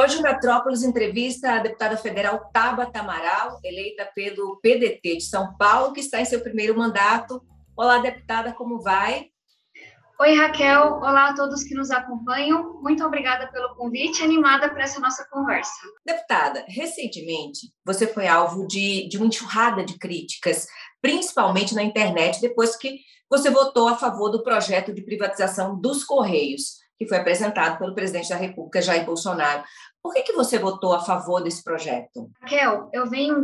Hoje o Metrópolis entrevista a deputada federal Tabata Amaral, eleita pelo PDT de São Paulo, que está em seu primeiro mandato. Olá, deputada, como vai? Oi, Raquel. Olá a todos que nos acompanham. Muito obrigada pelo convite, animada para essa nossa conversa. Deputada, recentemente você foi alvo de uma enxurrada de críticas, principalmente na internet, depois que você votou a favor do projeto de privatização dos Correios, que foi apresentado pelo presidente da República, Jair Bolsonaro. Por que você votou a favor desse projeto? Raquel, eu venho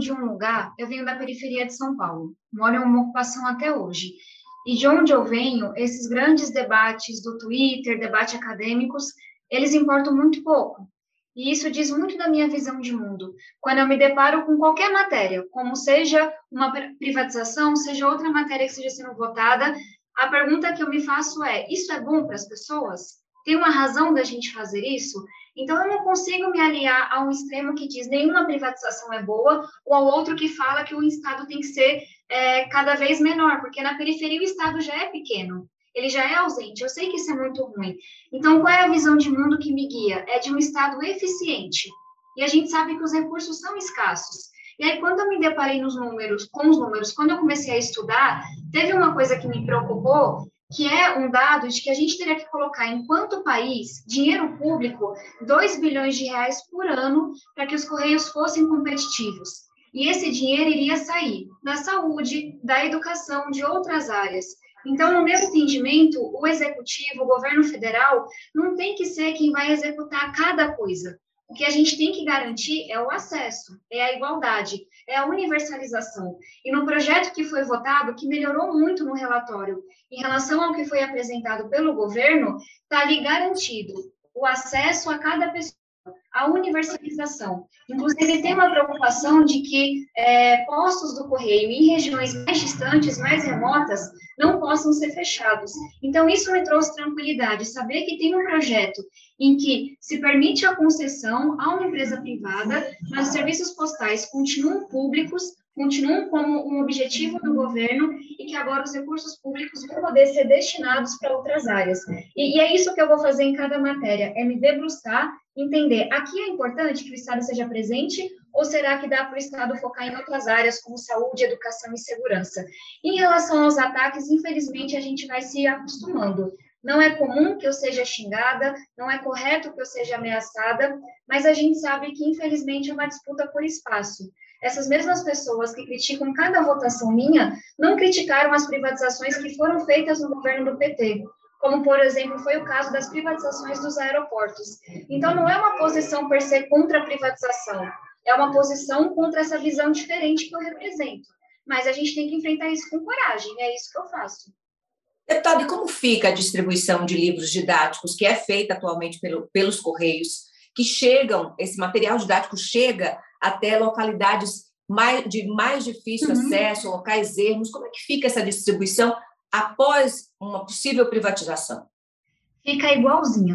da periferia de São Paulo, moro em uma ocupação até hoje. E de onde eu venho, esses grandes debates do Twitter, debates acadêmicos, eles importam muito pouco. E isso diz muito da minha visão de mundo. Quando eu me deparo com qualquer matéria, como seja uma privatização, seja outra matéria que esteja sendo votada, a pergunta que eu me faço é: isso é bom para as pessoas? Tem uma razão da gente fazer isso? Então, eu não consigo me aliar a um extremo que diz nenhuma privatização é boa, ou ao outro que fala que o Estado tem que ser cada vez menor, porque na periferia o Estado já é pequeno, ele já é ausente. Eu sei que isso é muito ruim. Então, qual é a visão de mundo que me guia? É de um Estado eficiente. E a gente sabe que os recursos são escassos. E aí, quando eu me deparei com os números, quando eu comecei a estudar, teve uma coisa que me preocupou, que é um dado de que a gente teria que colocar, enquanto país, dinheiro público, 2 bilhões de reais por ano para que os Correios fossem competitivos. E esse dinheiro iria sair da saúde, da educação, de outras áreas. Então, no meu entendimento, o executivo, o governo federal, não tem que ser quem vai executar cada coisa. O que a gente tem que garantir é o acesso, é a igualdade, é a universalização. E no projeto que foi votado, que melhorou muito no relatório, em relação ao que foi apresentado pelo governo, está ali garantido o acesso a cada pessoa, a universalização. Inclusive, tem uma preocupação de que postos do Correio em regiões mais distantes, mais remotas, não possam ser fechados. Então, isso me trouxe tranquilidade, saber que tem um projeto em que se permite a concessão a uma empresa privada, mas os serviços postais continuam públicos, continuam como um objetivo do governo e que agora os recursos públicos vão poder ser destinados para outras áreas. E é isso que eu vou fazer em cada matéria, é me debruçar, entender, aqui é importante que o Estado seja presente ou será que dá para o Estado focar em outras áreas como saúde, educação e segurança? Em relação aos ataques, infelizmente, a gente vai se acostumando. Não é comum que eu seja xingada, não é correto que eu seja ameaçada, mas a gente sabe que, infelizmente, é uma disputa por espaço. Essas mesmas pessoas que criticam cada votação minha, não criticaram as privatizações que foram feitas no governo do PT, como, por exemplo, foi o caso das privatizações dos aeroportos. Então, não é uma posição per se contra a privatização, é uma posição contra essa visão diferente que eu represento. Mas a gente tem que enfrentar isso com coragem, é isso que eu faço. Deputada, e como fica a distribuição de livros didáticos que é feita atualmente pelos Correios, que chegam, esse material didático chega até localidades de mais difícil acesso, locais ermos? Como é que fica essa distribuição após uma possível privatização? Fica igualzinha.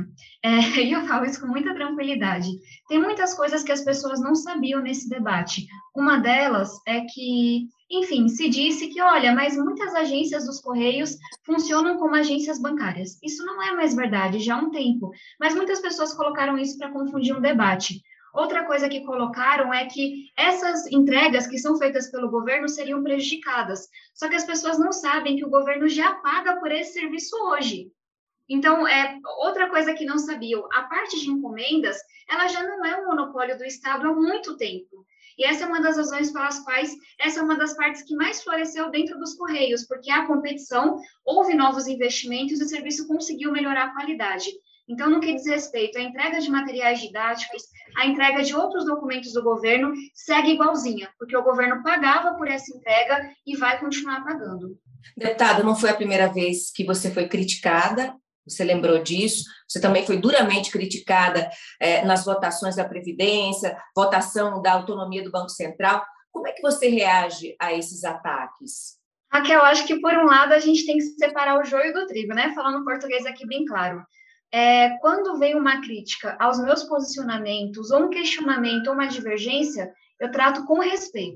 E eu falo isso com muita tranquilidade. Tem muitas coisas que as pessoas não sabiam nesse debate. Uma delas é que, enfim, se disse que, olha, mas muitas agências dos Correios funcionam como agências bancárias. Isso não é mais verdade, já há um tempo. Mas muitas pessoas colocaram isso para confundir um debate. Outra coisa que colocaram é que essas entregas que são feitas pelo governo seriam prejudicadas. Só que as pessoas não sabem que o governo já paga por esse serviço hoje. Então, outra coisa que não sabiam, a parte de encomendas, ela já não é um monopólio do Estado há muito tempo. E essa é uma das razões pelas quais essa é uma das partes que mais floresceu dentro dos Correios, porque a competição, houve novos investimentos e o serviço conseguiu melhorar a qualidade. Então, no que diz respeito à entrega de materiais didáticos, a entrega de outros documentos do governo segue igualzinha, porque o governo pagava por essa entrega e vai continuar pagando. Deputada, não foi a primeira vez que você foi criticada. Você lembrou disso? Você também foi duramente criticada nas votações da Previdência, votação da autonomia do Banco Central. Como é que você reage a esses ataques? Raquel, acho que, por um lado, a gente tem que separar o joio do trigo, né? Falando português aqui bem claro. Quando vem uma crítica aos meus posicionamentos, ou um questionamento, ou uma divergência, eu trato com respeito.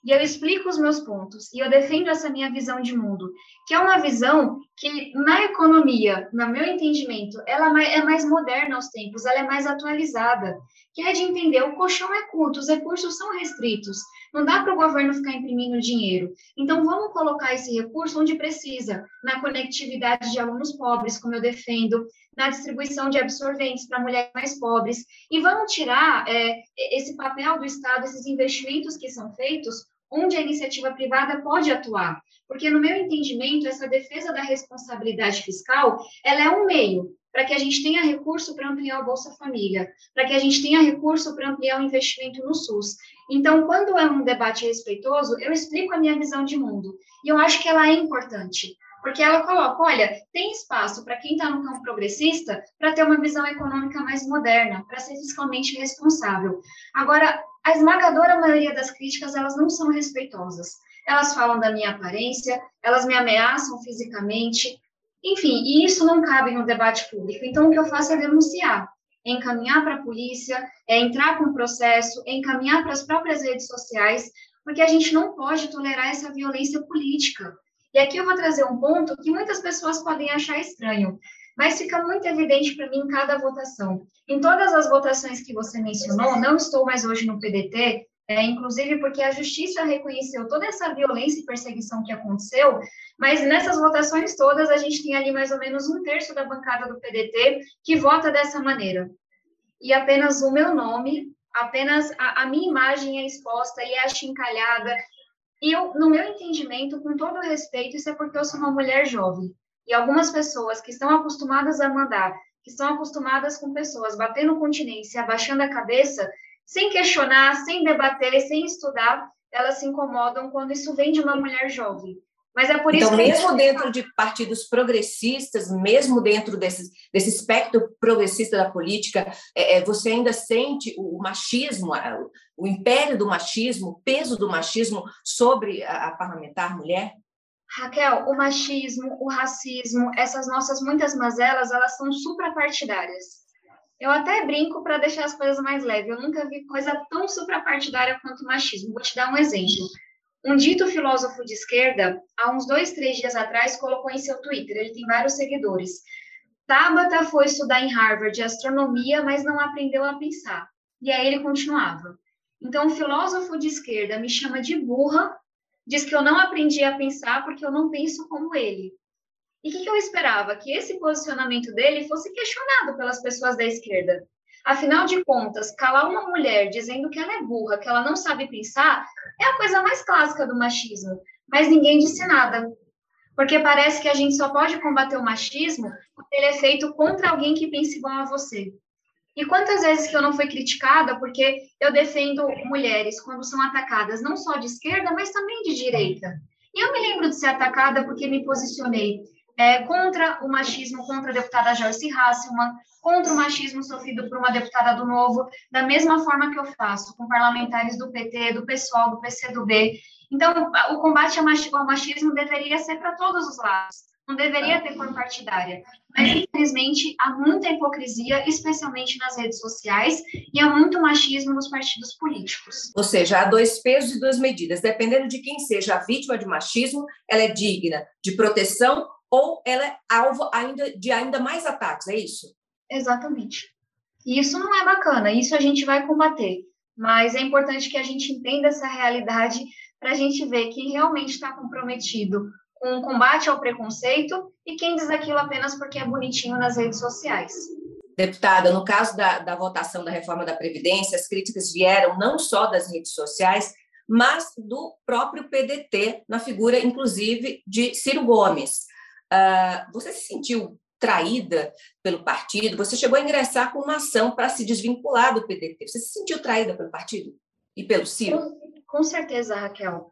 e eu explico os meus pontos, e eu defendo essa minha visão de mundo, que é uma visão que, na economia, no meu entendimento, ela é mais moderna aos tempos, ela é mais atualizada, que é de entender, o colchão é curto, os recursos são restritos, não dá para o governo ficar imprimindo dinheiro. Então, vamos colocar esse recurso onde precisa, na conectividade de alunos pobres, como eu defendo, na distribuição de absorventes para mulheres mais pobres, e vamos tirar esse papel do Estado, esses investimentos que são feitos, onde a iniciativa privada pode atuar. Porque, no meu entendimento, essa defesa da responsabilidade fiscal, ela é um meio para que a gente tenha recurso para ampliar o Bolsa Família, para que a gente tenha recurso para ampliar o investimento no SUS. Então, quando é um debate respeitoso, eu explico a minha visão de mundo. E eu acho que ela é importante, porque ela coloca, olha, tem espaço para quem está no campo progressista para ter uma visão econômica mais moderna, para ser fiscalmente responsável. Agora, a esmagadora maioria das críticas, elas não são respeitosas. Elas falam da minha aparência, elas me ameaçam fisicamente, enfim, e isso não cabe no debate público. Então, o que eu faço é denunciar, é encaminhar para a polícia, é entrar com o processo, é encaminhar para as próprias redes sociais, porque a gente não pode tolerar essa violência política. E aqui eu vou trazer um ponto que muitas pessoas podem achar estranho, mas fica muito evidente para mim em cada votação. Em todas as votações que você mencionou, não estou mais hoje no PDT, inclusive porque a justiça reconheceu toda essa violência e perseguição que aconteceu, mas nessas votações todas, a gente tem ali mais ou menos 1/3 da bancada do PDT que vota dessa maneira. E apenas o meu nome, apenas a minha imagem é exposta e é achincalhada. E eu, no meu entendimento, com todo respeito, isso é porque eu sou uma mulher jovem. E algumas pessoas que estão acostumadas a mandar, que estão acostumadas com pessoas batendo continência, abaixando a cabeça, sem questionar, sem debater, sem estudar, elas se incomodam quando isso vem de uma mulher jovem. Mas é por isso então, mesmo dentro de partidos progressistas, mesmo dentro desse espectro progressista da política, você ainda sente o machismo, o império do machismo, o peso do machismo sobre a parlamentar mulher? Raquel, o machismo, o racismo, essas nossas muitas mazelas, elas são suprapartidárias. Eu até brinco para deixar as coisas mais leves. Eu nunca vi coisa tão suprapartidária quanto o machismo. Vou te dar um exemplo. Um dito filósofo de esquerda, há uns 2, 3 dias atrás, colocou em seu Twitter, ele tem vários seguidores. Tabata foi estudar em Harvard astronomia, mas não aprendeu a pensar. E aí ele continuava. Então, um filósofo de esquerda me chama de burra, diz que eu não aprendi a pensar porque eu não penso como ele. E o que eu esperava? Que esse posicionamento dele fosse questionado pelas pessoas da esquerda. Afinal de contas, calar uma mulher dizendo que ela é burra, que ela não sabe pensar, é a coisa mais clássica do machismo. Mas ninguém disse nada. Porque parece que a gente só pode combater o machismo quando ele é feito contra alguém que pensa igual a você. E quantas vezes que eu não fui criticada porque eu defendo mulheres quando são atacadas não só de esquerda, mas também de direita. E eu me lembro de ser atacada porque me posicionei contra o machismo, contra a deputada Joyce Hasselmann, contra o machismo sofrido por uma deputada do Novo, da mesma forma que eu faço com parlamentares do PT, do PSOL, do PCdoB. Então, o combate ao machismo deveria ser para todos os lados, não deveria ter cor partidária. Mas, infelizmente, há muita hipocrisia, especialmente nas redes sociais, e há muito machismo nos partidos políticos. Ou seja, há 2 pesos e 2 medidas. Dependendo de quem seja a vítima de machismo, ela é digna de proteção ou ela é alvo de ainda mais ataques, é isso? Exatamente. E isso não é bacana, isso a gente vai combater. Mas é importante que a gente entenda essa realidade para a gente ver quem realmente está comprometido com o combate ao preconceito e quem diz aquilo apenas porque é bonitinho nas redes sociais. Deputada, no caso da votação da reforma da Previdência, as críticas vieram não só das redes sociais, mas do próprio PDT, na figura, inclusive, de Ciro Gomes. Você se sentiu traída pelo partido? Você chegou a ingressar com uma ação para se desvincular do PDT. Você se sentiu traída pelo partido e pelo Ciro? Com certeza, Raquel.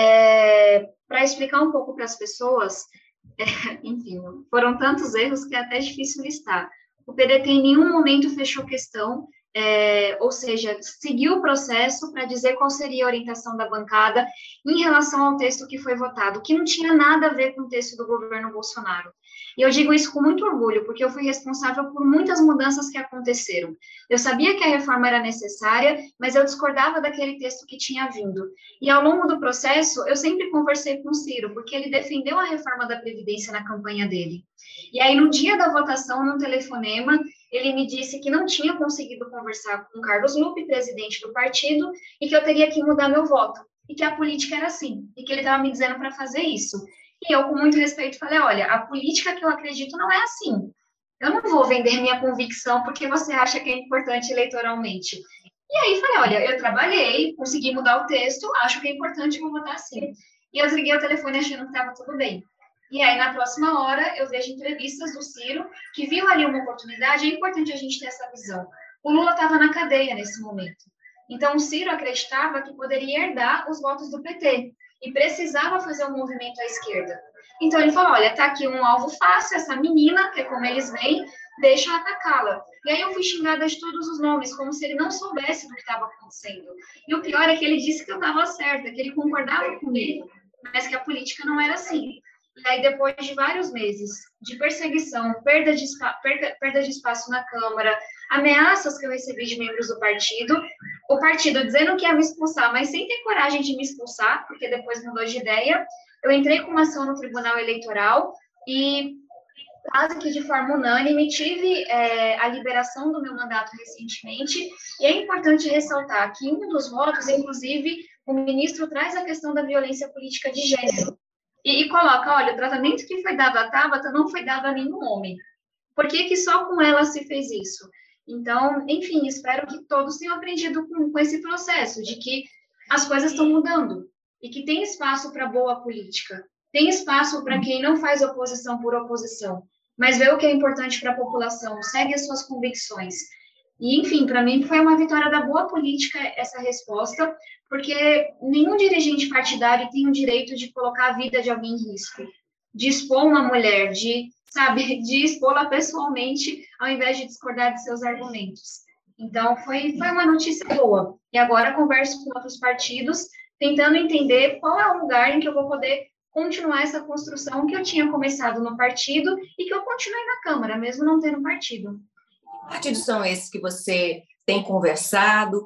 Para explicar um pouco para as pessoas, enfim, foram tantos erros que é até difícil listar. O PDT em nenhum momento fechou questão, ou seja, seguiu o processo para dizer qual seria a orientação da bancada em relação ao texto que foi votado, que não tinha nada a ver com o texto do governo Bolsonaro. E eu digo isso com muito orgulho, porque eu fui responsável por muitas mudanças que aconteceram. Eu sabia que a reforma era necessária, mas eu discordava daquele texto que tinha vindo. E ao longo do processo, eu sempre conversei com o Ciro, porque ele defendeu a reforma da Previdência na campanha dele. E aí, no dia da votação, num telefonema, ele me disse que não tinha conseguido conversar com o Carlos Lupe, presidente do partido, e que eu teria que mudar meu voto, e que a política era assim, e que ele estava me dizendo para fazer isso. E eu, com muito respeito, falei, olha, a política que eu acredito não é assim. Eu não vou vender minha convicção porque você acha que é importante eleitoralmente. E aí falei, olha, eu trabalhei, consegui mudar o texto, acho que é importante, vou votar assim. E eu desliguei o telefone achando que estava tudo bem. E aí, na próxima hora, eu vejo entrevistas do Ciro, que viu ali uma oportunidade, é importante a gente ter essa visão. O Lula estava na cadeia nesse momento. Então, o Ciro acreditava que poderia herdar os votos do PT e precisava fazer um movimento à esquerda. Então, ele falou, olha, tá aqui um alvo fácil, essa menina, que é como eles veem, deixa atacá-la. E aí eu fui xingada de todos os nomes, como se ele não soubesse do que estava acontecendo. E o pior é que ele disse que eu estava certa, que ele concordava comigo, mas que a política não era assim. E aí, depois de vários meses de perseguição, perda de espaço na Câmara, ameaças que eu recebi de membros do partido, o partido dizendo que ia me expulsar, mas sem ter coragem de me expulsar, porque depois mudou de ideia, eu entrei com uma ação no Tribunal Eleitoral e, quase que de forma unânime, tive a liberação do meu mandato recentemente, e é importante ressaltar que em um dos votos, inclusive, o ministro traz a questão da violência política de gênero, e coloca, olha, o tratamento que foi dado à Tabata não foi dado a nenhum homem. Por que que só com ela se fez isso? Então, enfim, espero que todos tenham aprendido com esse processo, de que as coisas estão mudando, e que tem espaço para boa política, tem espaço para quem não faz oposição por oposição, mas vê o que é importante para a população, segue as suas convicções. E, enfim, para mim foi uma vitória da boa política essa resposta, porque nenhum dirigente partidário tem o direito de colocar a vida de alguém em risco, de expor uma mulher, sabe, de expô-la pessoalmente, ao invés de discordar de seus argumentos. Então, foi uma notícia boa. E agora converso com outros partidos, tentando entender qual é o lugar em que eu vou poder continuar essa construção que eu tinha começado no partido e que eu continuei na Câmara, mesmo não tendo partido. Que partidos são esses que você tem conversado?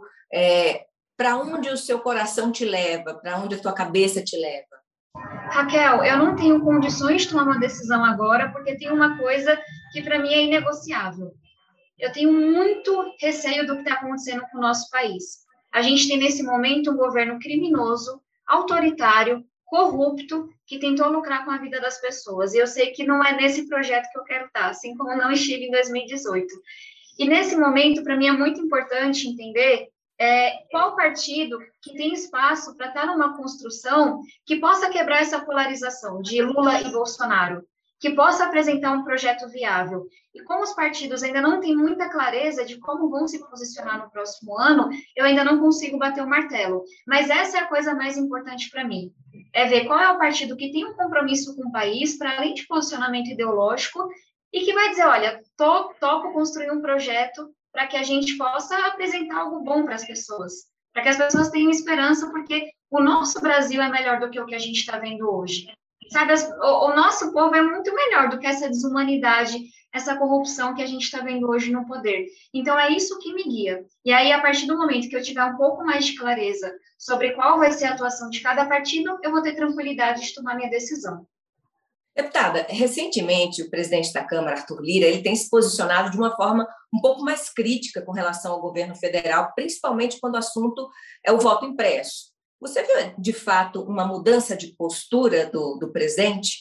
Para onde o seu coração te leva? Para onde a tua cabeça te leva? Raquel, eu não tenho condições de tomar uma decisão agora, porque tem uma coisa que para mim é inegociável. Eu tenho muito receio do que está acontecendo com o nosso país. A gente tem, nesse momento, um governo criminoso, autoritário, corrupto, que tentou lucrar com a vida das pessoas. E eu sei que não é nesse projeto que eu quero estar, assim como não estive em 2018. E, nesse momento, para mim, é muito importante entender qual partido que tem espaço para estar numa construção que possa quebrar essa polarização de Lula e Bolsonaro, que possa apresentar um projeto viável. E como os partidos ainda não têm muita clareza de como vão se posicionar no próximo ano, eu ainda não consigo bater o martelo. Mas essa é a coisa mais importante para mim, é ver qual é o partido que tem um compromisso com o país, para além de posicionamento ideológico, e que vai dizer, olha, topo construir um projeto para que a gente possa apresentar algo bom para as pessoas, para que as pessoas tenham esperança, porque o nosso Brasil é melhor do que o que a gente está vendo hoje. Sabe, o nosso povo é muito melhor do que essa desumanidade, essa corrupção que a gente está vendo hoje no poder. Então, é isso que me guia. E aí, a partir do momento que eu tiver um pouco mais de clareza sobre qual vai ser a atuação de cada partido, eu vou ter tranquilidade de tomar minha decisão. Deputada, recentemente o presidente da Câmara, Arthur Lira, ele tem se posicionado de uma forma um pouco mais crítica com relação ao governo federal, principalmente quando o assunto é o voto impresso. Você viu, de fato, uma mudança de postura do presidente?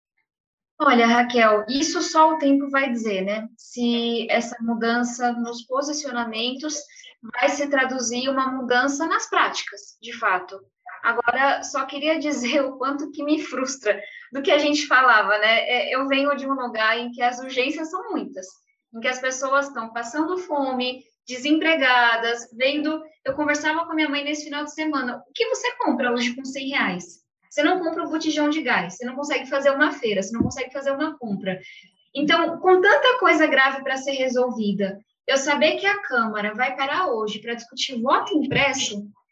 Olha, Raquel, isso só o tempo vai dizer, né? Se essa mudança nos posicionamentos vai se traduzir uma mudança nas práticas, de fato. Agora, só queria dizer o quanto que me frustra do que a gente falava, né? Eu venho de um lugar em que as urgências são muitas, em que as pessoas estão passando fome, desempregadas, vendo... Eu conversava com a minha mãe nesse final de semana, o que você compra hoje com R$100? Você não compra um botijão de gás, você não consegue fazer uma feira, você não consegue fazer uma compra. Então, com tanta coisa grave para ser resolvida, eu saber que a Câmara vai parar hoje para discutir voto impresso,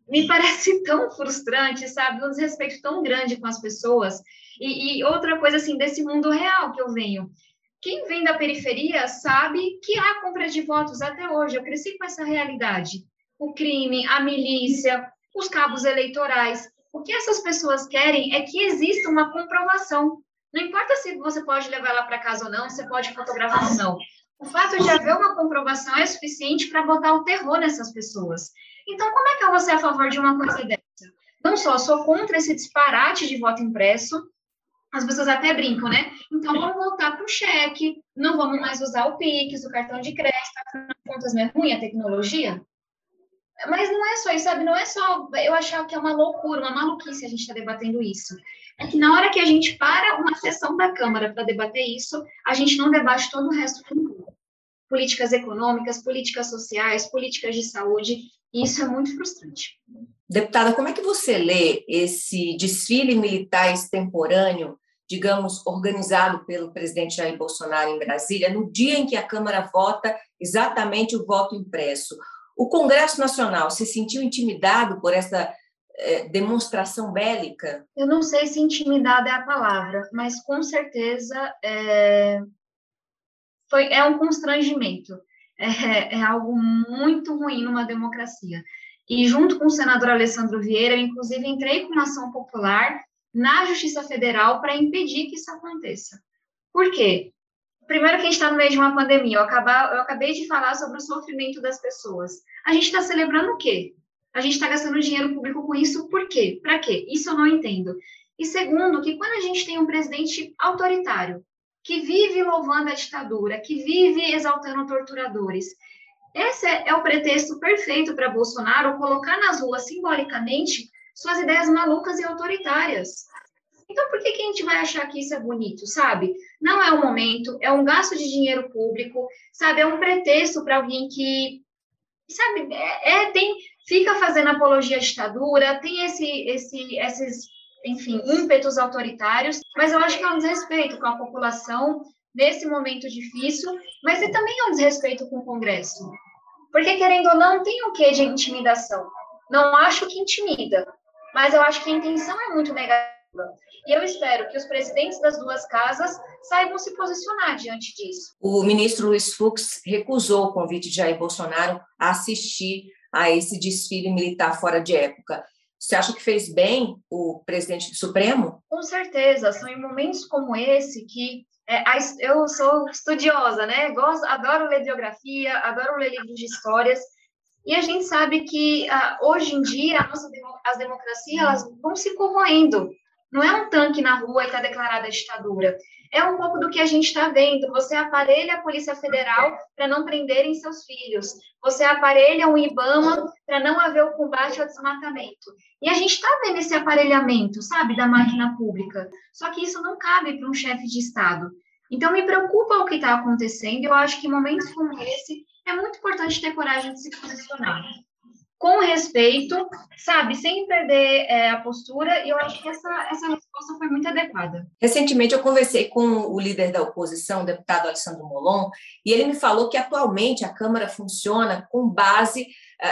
me parece tão frustrante, sabe? Um desrespeito tão grande com as pessoas. E outra coisa, assim, desse mundo real que eu venho. Quem vem da periferia sabe que há compra de votos até hoje. Eu cresci com essa realidade. O crime, a milícia, os cabos eleitorais. O que essas pessoas querem é que exista uma comprovação. Não importa se você pode levar ela para casa ou não, se pode fotografar ou não. O fato de haver uma comprovação é suficiente para botar o terror nessas pessoas. Então, como é que eu vou ser a favor de uma coisa dessa? Não só sou contra esse disparate de voto impresso, as pessoas até brincam, né? Então, vamos voltar para o cheque, não vamos mais usar o Pix, o cartão de crédito, afinal de contas, não é ruim a tecnologia? Mas não é só isso, sabe? Não é só eu achar que é uma loucura, uma maluquice a gente está debatendo isso. É que na hora que a gente para uma sessão da Câmara para debater isso, a gente não debate todo o resto do mundo. Políticas econômicas, políticas sociais, políticas de saúde, e isso é muito frustrante. Deputada, como é que você lê esse desfile militar extemporâneo, digamos, organizado pelo presidente Jair Bolsonaro em Brasília, no dia em que a Câmara vota exatamente o voto impresso? O Congresso Nacional se sentiu intimidado por essa demonstração bélica? Eu não sei se intimidado é a palavra, mas com certeza é um constrangimento. É algo muito ruim numa democracia. E junto com o senador Alessandro Vieira, eu, inclusive, entrei com uma ação popular na Justiça Federal para impedir que isso aconteça. Por quê? Primeiro que a gente está no meio de uma pandemia, eu acabei de falar sobre o sofrimento das pessoas. A gente está celebrando o quê? A gente está gastando dinheiro público com isso, por quê? Para quê? Isso eu não entendo. E segundo, que quando a gente tem um presidente autoritário, que vive louvando a ditadura, que vive exaltando torturadores, esse é o pretexto perfeito para Bolsonaro colocar nas ruas, simbolicamente, suas ideias malucas e autoritárias. Então, por que a gente vai achar que isso é bonito, sabe? Não é o momento, é um gasto de dinheiro público, sabe? É um pretexto para alguém que, sabe, fica fazendo apologia à ditadura, tem esses, enfim, ímpetos autoritários, mas eu acho que é um desrespeito com a população nesse momento difícil, mas também é um desrespeito com o Congresso. Porque, querendo ou não, tem o quê de intimidação? Não acho que intimida, mas eu acho que a intenção é muito negativa. E eu espero que os presidentes das duas casas saibam se posicionar diante disso. O ministro Luiz Fux recusou o convite de Jair Bolsonaro a assistir a esse desfile militar fora de época. Você acha que fez bem o presidente do Supremo? Com certeza, são em momentos como esse que eu sou estudiosa, né? Adoro ler biografia, adoro ler livros de histórias, e a gente sabe que hoje em dia as democracias elas vão se corroendo. Não é um tanque na rua e está declarada a ditadura. É um pouco do que a gente está vendo. Você aparelha a Polícia Federal para não prenderem seus filhos. Você aparelha o IBAMA para não haver o combate ao desmatamento. E a gente está vendo esse aparelhamento, sabe, da máquina pública. Só que isso não cabe para um chefe de Estado. Então, me preocupa o que está acontecendo. Eu acho que em momentos como esse, é muito importante ter coragem de se posicionar. Com respeito, sabe, sem perder a postura, e eu acho que essa resposta foi muito adequada. Recentemente, eu conversei com o líder da oposição, o deputado Alessandro Molon, e ele me falou que, atualmente, a Câmara funciona com base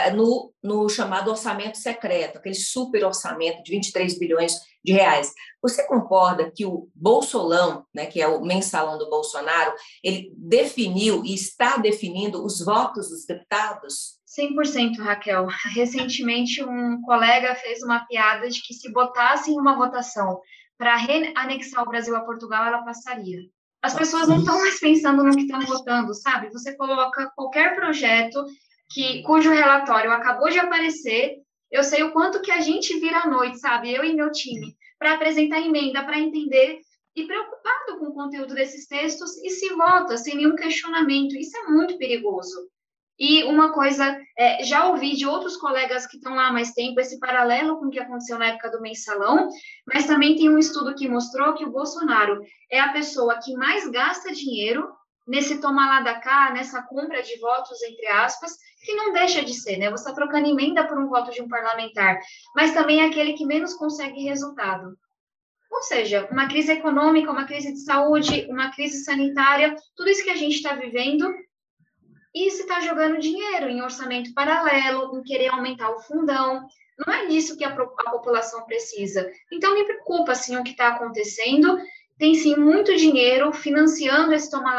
no chamado orçamento secreto, aquele super orçamento de 23 bilhões de reais. Você concorda que o Bolsolão, né, que é o mensalão do Bolsonaro, ele definiu e está definindo os votos dos deputados? 100%, Raquel. Recentemente, um colega fez uma piada de que se botassem uma votação para reanexar o Brasil a Portugal, ela passaria. As pessoas não estão mais pensando no que estão votando, sabe? Você coloca qualquer projeto cujo relatório acabou de aparecer, eu sei o quanto que a gente vira à noite, sabe? Eu e meu time, para apresentar emenda, para entender, e preocupado com o conteúdo desses textos, e se vota sem nenhum questionamento. Isso é muito perigoso. E uma coisa, já ouvi de outros colegas que estão lá há mais tempo, esse paralelo com o que aconteceu na época do mensalão, mas também tem um estudo que mostrou que o Bolsonaro é a pessoa que mais gasta dinheiro nesse toma lá da cá, nessa compra de votos, entre aspas, que não deixa de ser, né? Você está trocando emenda por um voto de um parlamentar, mas também é aquele que menos consegue resultado. Ou seja, uma crise econômica, uma crise de saúde, uma crise sanitária, tudo isso que a gente está vivendo, e se está jogando dinheiro em orçamento paralelo, em querer aumentar o fundão. Não é disso que a população precisa. Então, me preocupa, assim, o que está acontecendo. Tem, sim, muito dinheiro financiando esse toma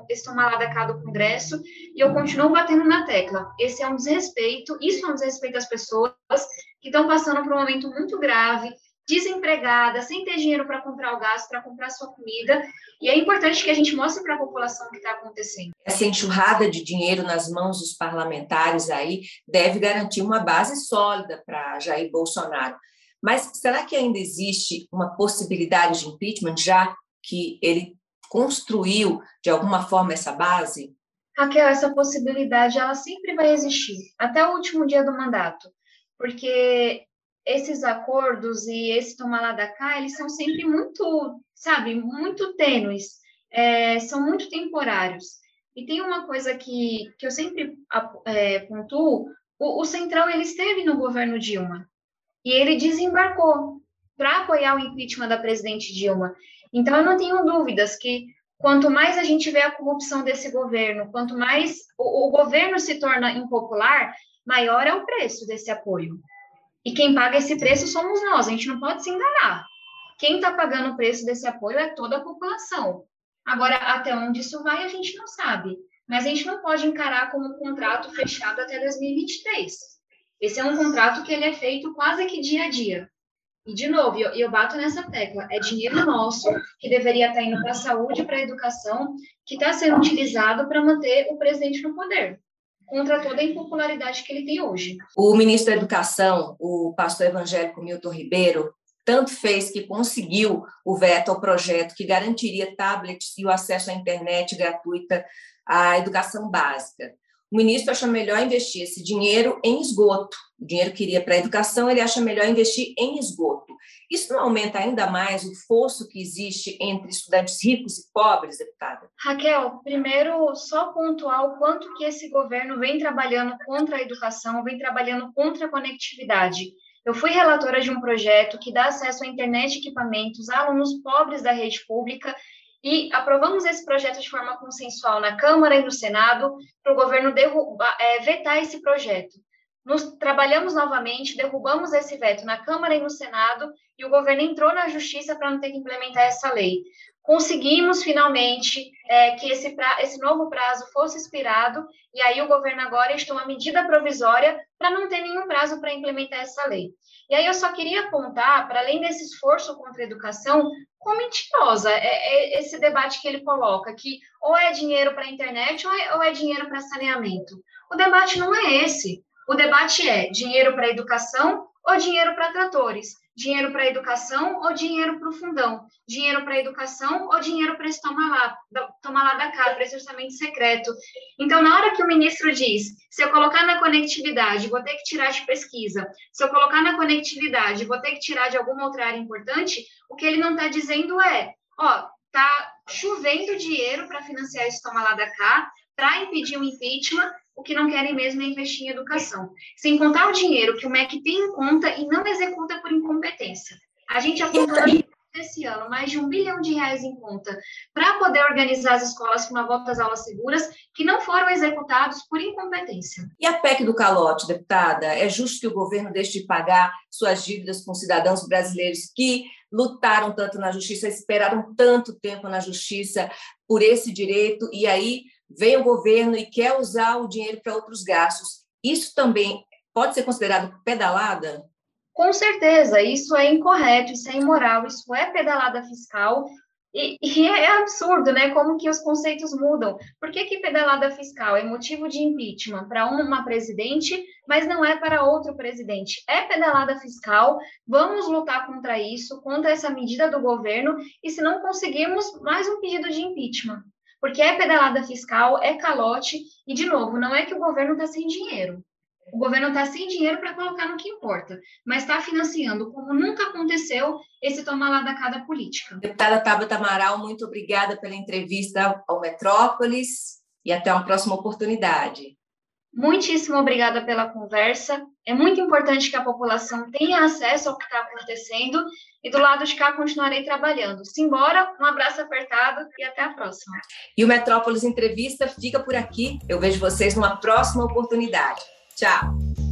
lá da cá do Congresso, e eu continuo batendo na tecla. Esse é um desrespeito, isso é um desrespeito às pessoas que estão passando por um momento muito grave, desempregadas, sem ter dinheiro para comprar o gasto, para comprar sua comida, e é importante que a gente mostre para a população o que está acontecendo. Essa enxurrada de dinheiro nas mãos dos parlamentares aí deve garantir uma base sólida para Jair Bolsonaro. Mas será que ainda existe uma possibilidade de impeachment, já que ele construiu, de alguma forma, essa base? Raquel, essa possibilidade ela sempre vai existir, até o último dia do mandato, porque esses acordos e esse tomar lá da cá, eles são sempre muito, sabe, muito tênues, são muito temporários. E tem uma coisa que eu sempre pontuo, o Centrão, ele esteve no governo Dilma, e ele desembarcou para apoiar o impeachment da presidente Dilma. Então, eu não tenho dúvidas que quanto mais a gente vê a corrupção desse governo, quanto mais o governo se torna impopular, maior é o preço desse apoio. E quem paga esse preço somos nós, a gente não pode se enganar. Quem está pagando o preço desse apoio é toda a população. Agora, até onde isso vai, a gente não sabe. Mas a gente não pode encarar como um contrato fechado até 2023. Esse é um contrato que ele é feito quase que dia a dia. E, de novo, eu bato nessa tecla, é dinheiro nosso que deveria estar indo para a saúde, para a educação, que está sendo utilizado para manter o presidente no poder, contra toda a impopularidade que ele tem hoje. O ministro da Educação, o pastor evangélico Milton Ribeiro, tanto fez que conseguiu o veto ao projeto que garantiria tablets e o acesso à internet gratuita à educação básica. O ministro acha melhor investir esse dinheiro em esgoto. O dinheiro que iria para a educação, ele acha melhor investir em esgoto. Isso não aumenta ainda mais o fosso que existe entre estudantes ricos e pobres, deputada? Raquel, primeiro, só pontuar o quanto que esse governo vem trabalhando contra a educação, vem trabalhando contra a conectividade. Eu fui relatora de um projeto que dá acesso à internet e equipamentos a alunos pobres da rede pública, e aprovamos esse projeto de forma consensual na Câmara e no Senado para o governo vetar esse projeto. Trabalhamos novamente, derrubamos esse veto na Câmara e no Senado, e o governo entrou na Justiça para não ter que implementar essa lei. Conseguimos, finalmente, que esse novo prazo fosse expirado, e aí o governo agora editou uma medida provisória para não ter nenhum prazo para implementar essa lei. E aí eu só queria apontar, para além desse esforço contra a educação, quão mentirosa é esse debate que ele coloca, que ou é dinheiro para a internet ou é dinheiro para saneamento. O debate não é esse. O debate é dinheiro para a educação ou dinheiro para tratores, dinheiro para a educação ou dinheiro para o fundão, dinheiro para a educação ou dinheiro para esse tomar lá da cá, para esse orçamento secreto. Então, na hora que o ministro diz, se eu colocar na conectividade, vou ter que tirar de pesquisa, se eu colocar na conectividade, vou ter que tirar de alguma outra área importante, o que ele não está dizendo é, tá chovendo dinheiro para financiar esse tomar lá da cá, para impedir o impeachment. O que não querem mesmo é investir em educação. Sem contar o dinheiro que o MEC tem em conta e não executa por incompetência. A gente apontou esse ano mais de R$1 bilhão em conta para poder organizar as escolas para uma volta às aulas seguras, que não foram executados por incompetência. E a PEC do calote, deputada? É justo que o governo deixe de pagar suas dívidas com cidadãos brasileiros que lutaram tanto na justiça, esperaram tanto tempo na justiça por esse direito, e aí vem o governo e quer usar o dinheiro para outros gastos? Isso também pode ser considerado pedalada? Com certeza, isso é incorreto, isso é imoral, isso é pedalada fiscal, e é absurdo, né? Como que os conceitos mudam. Por que pedalada fiscal é motivo de impeachment para uma presidente, mas não é para outro presidente? É pedalada fiscal, vamos lutar contra isso, contra essa medida do governo, e se não conseguirmos, mais um pedido de impeachment. Porque é pedalada fiscal, é calote, e, de novo, não é que o governo está sem dinheiro. O governo está sem dinheiro para colocar no que importa, mas está financiando, como nunca aconteceu, esse tomar lá da cá da política. Deputada Tabata Amaral, muito obrigada pela entrevista ao Metrópolis e até uma próxima oportunidade. Muitíssimo obrigada pela conversa. É muito importante que a população tenha acesso ao que está acontecendo, e do lado de cá continuarei trabalhando. Simbora, um abraço apertado e até a próxima. E o Metrópolis Entrevista fica por aqui. Eu vejo vocês numa próxima oportunidade. Tchau!